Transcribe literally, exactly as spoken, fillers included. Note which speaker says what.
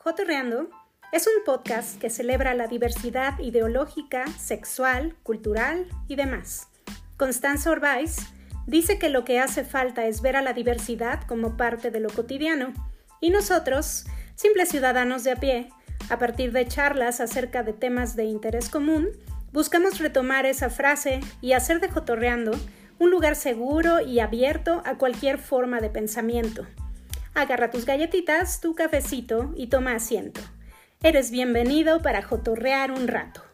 Speaker 1: Jotorreando es un podcast que celebra la diversidad ideológica, sexual, cultural y demás. Constanza Orbaiz dice que lo que hace falta es ver a la diversidad como parte de lo cotidiano, y nosotros, simples ciudadanos de a pie, a partir de charlas acerca de temas de interés común, buscamos retomar esa frase y hacer de Jotorreando un lugar seguro y abierto a cualquier forma de pensamiento. Agarra tus galletitas, tu cafecito y toma asiento. Eres bienvenido para jotorrear un rato.